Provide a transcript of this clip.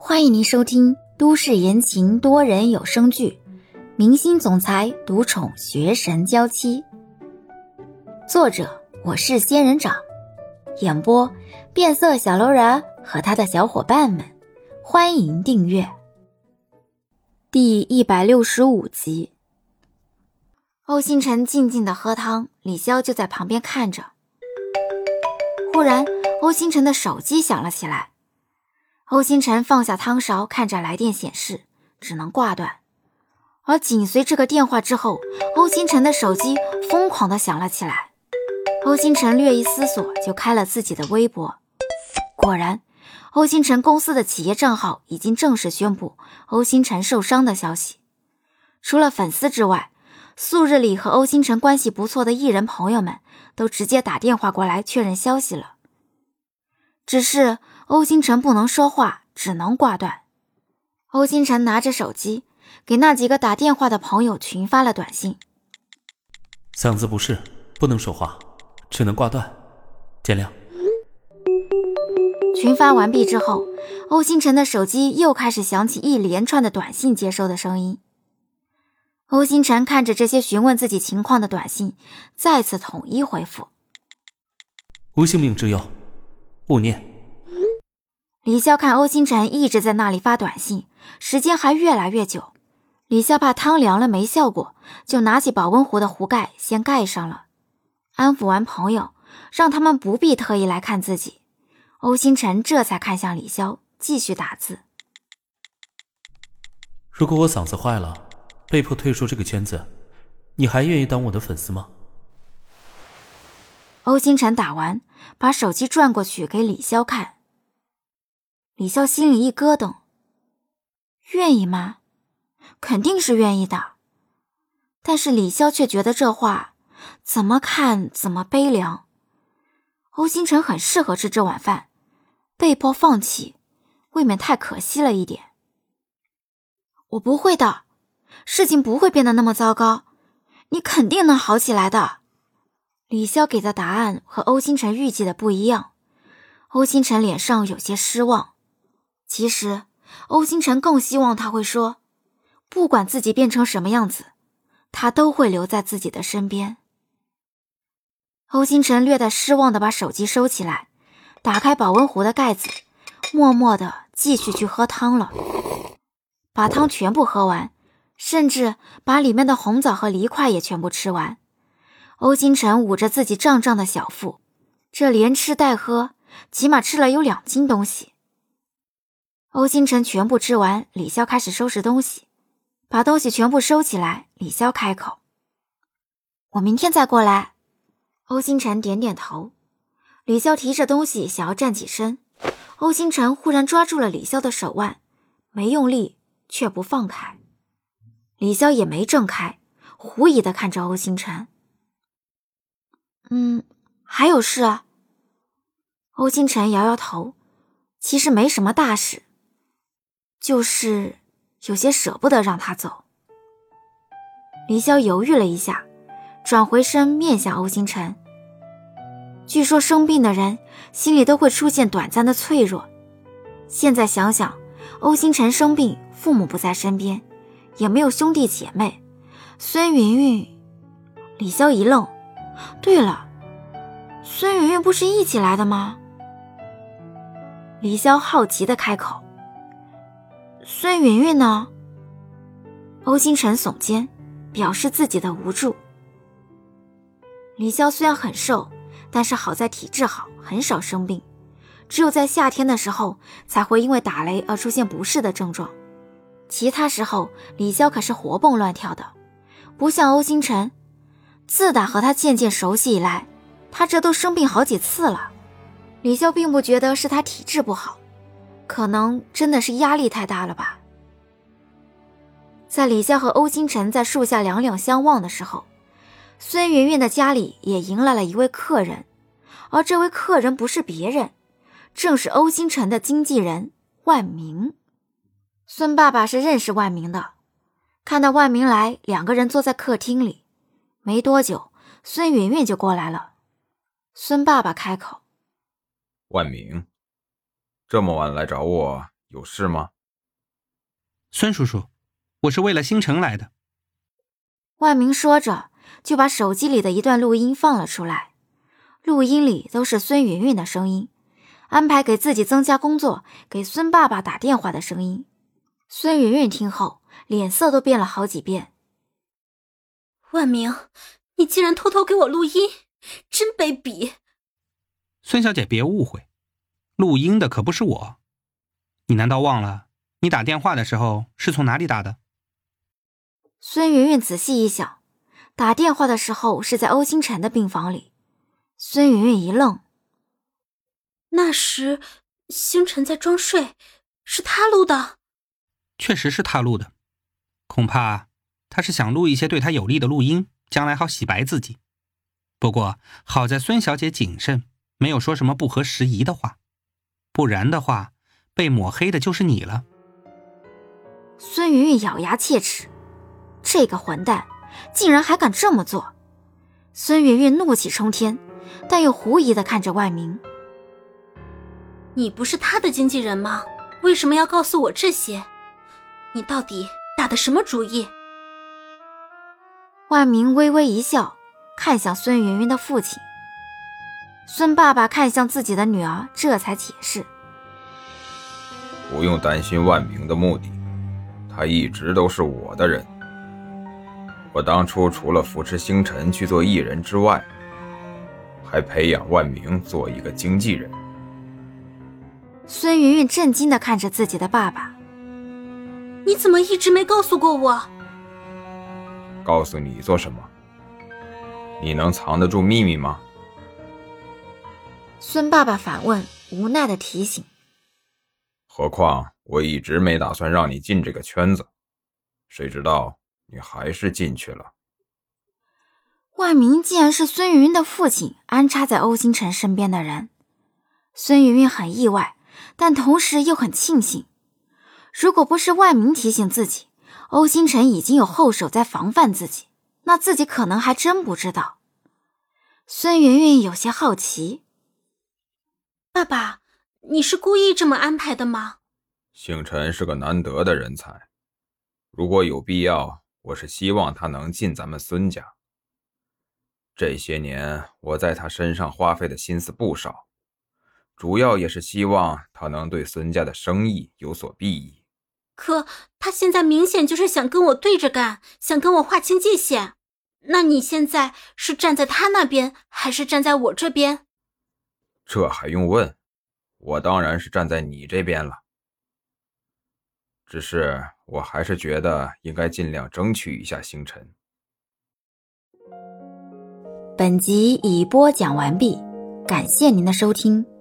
欢迎您收听都市言情多人有声剧《明星总裁独宠学神娇妻》，作者我是仙人掌，演播变色小楼人和他的小伙伴们。欢迎订阅。第165集。欧星辰静静地喝汤，李潇就在旁边看着。忽然欧星辰的手机响了起来，欧星辰放下汤勺，看着来电显示，只能挂断。而紧随这个电话之后，欧星辰的手机疯狂地响了起来。欧星辰略一思索，就开了自己的微博。果然，欧星辰公司的企业账号已经正式宣布欧星辰受伤的消息。除了粉丝之外，素日里和欧星辰关系不错的艺人朋友们都直接打电话过来确认消息了。只是欧星辰不能说话，只能挂断。欧星辰拿着手机给那几个打电话的朋友群发了短信： 嗓子不适，不能说话，只能挂断，见谅。 群发完毕之后，欧星辰的手机又开始响起一连串的短信接收的声音。欧星辰看着这些询问自己情况的短信，再次统一回复： 无性命之忧，勿念。 李潇看欧星辰一直在那里发短信，时间还越来越久。李潇怕汤凉了没效果，就拿起保温壶的壶盖先盖上了。安抚完朋友，让他们不必特意来看自己，欧星辰这才看向李潇，继续打字： 如果我嗓子坏了，被迫退出这个圈子，你还愿意当我的粉丝吗？ 欧星辰打完，把手机转过去给李潇看。李潇心里一咯噔，愿意吗？肯定是愿意的。但是李潇却觉得这话怎么看怎么悲凉。欧星辰很适合吃这碗饭，被迫放弃，未免太可惜了一点。我不会的，事情不会变得那么糟糕，你肯定能好起来的。李潇给的答案和欧星辰预计的不一样，欧星辰脸上有些失望。其实欧星辰更希望他会说，不管自己变成什么样子，他都会留在自己的身边。欧星辰略带失望地把手机收起来，打开保温壶的盖子，默默地继续去喝汤了。把汤全部喝完，甚至把里面的红枣和梨块也全部吃完。欧星辰捂着自己胀胀的小腹，这连吃带喝，起码吃了有2斤东西。欧星辰全部吃完，李潇开始收拾东西。把东西全部收起来，李潇开口：我明天再过来。欧星辰点点头。李潇提着东西想要站起身，欧星辰忽然抓住了李潇的手腕，没用力却不放开。李潇也没挣开，狐疑地看着欧星辰。还有事啊？欧星辰摇摇头，其实没什么大事，就是有些舍不得让他走。李潇犹豫了一下，转回身面向欧星辰。据说生病的人心里都会出现短暂的脆弱，现在想想，欧星辰生病，父母不在身边，也没有兄弟姐妹，孙云云……李潇一愣，对了，孙云云不是一起来的吗？李潇好奇地开口：孙云云呢？欧星辰耸肩，表示自己的无助。李潇虽然很瘦，但是好在体质好，很少生病，只有在夏天的时候才会因为打雷而出现不适的症状。其他时候李潇可是活蹦乱跳的，不像欧星辰，自打和他渐渐熟悉以来，他这都生病好几次了。李潇并不觉得是他体质不好，可能真的是压力太大了吧。在李潇和欧星辰在树下两两相望的时候，孙云云的家里也迎来了一位客人，而这位客人不是别人，正是欧星辰的经纪人万明。孙爸爸是认识万明的，看到万明来，两个人坐在客厅里，没多久孙云云就过来了。孙爸爸开口： 万明，这么晚来找我， 有事吗？ 孙叔叔，我是为了星辰来的。 万明说着，就把手机里的一段录音放了出来。录音里都是孙云云的声音，安排给自己增加工作，给孙爸爸打电话的声音。孙云云听后，脸色都变了好几遍。 万明，你竟然偷偷给我录音，真卑鄙！ 孙小姐别误会，录音的可不是我。你难道忘了，你打电话的时候是从哪里打的？ 孙云云仔细一想，打电话的时候是在欧星辰的病房里。孙云云一愣， 那时星辰在装睡，是他录的？ 确实是他录的，恐怕他是想录一些对他有利的录音，将来好洗白自己。不过好在孙小姐谨慎，没有说什么不合时宜的话，不然的话被抹黑的就是你了。 孙云云咬牙切齿，这个混蛋竟然还敢这么做。孙云云怒气冲天，但又狐疑地看着万明。 你不是他的经纪人吗？为什么要告诉我这些？你到底打的什么主意？ 万明微微一笑，看向孙云云的父亲。孙爸爸看向自己的女儿，这才解释： 不用担心万明的目的，他一直都是我的人。我当初除了扶持星辰去做艺人之外，还培养万明做一个经纪人。 孙云云震惊地看着自己的爸爸： 你怎么一直没告诉过我？ 告诉你做什么？你能藏得住秘密吗？ 孙爸爸反问，无奈地提醒： 何况我一直没打算让你进这个圈子，谁知道你还是进去了。 万明竟然是孙云云的父亲安插在欧星辰身边的人。孙云云很意外，但同时又很庆幸。如果不是万明提醒自己，欧星辰已经有后手在防范自己，那自己可能还真不知道。孙云云有些好奇： 爸爸，你是故意这么安排的吗？ 星辰是个难得的人才，如果有必要，我是希望他能进咱们孙家。这些年我在他身上花费的心思不少，主要也是希望他能对孙家的生意有所裨益。 可他现在明显就是想跟我对着干，想跟我划清界限。那你现在是站在他那边，还是站在我这边？ 这还用问？我当然是站在你这边了。只是我还是觉得应该尽量争取一下星辰。 本集已播讲完毕，感谢您的收听。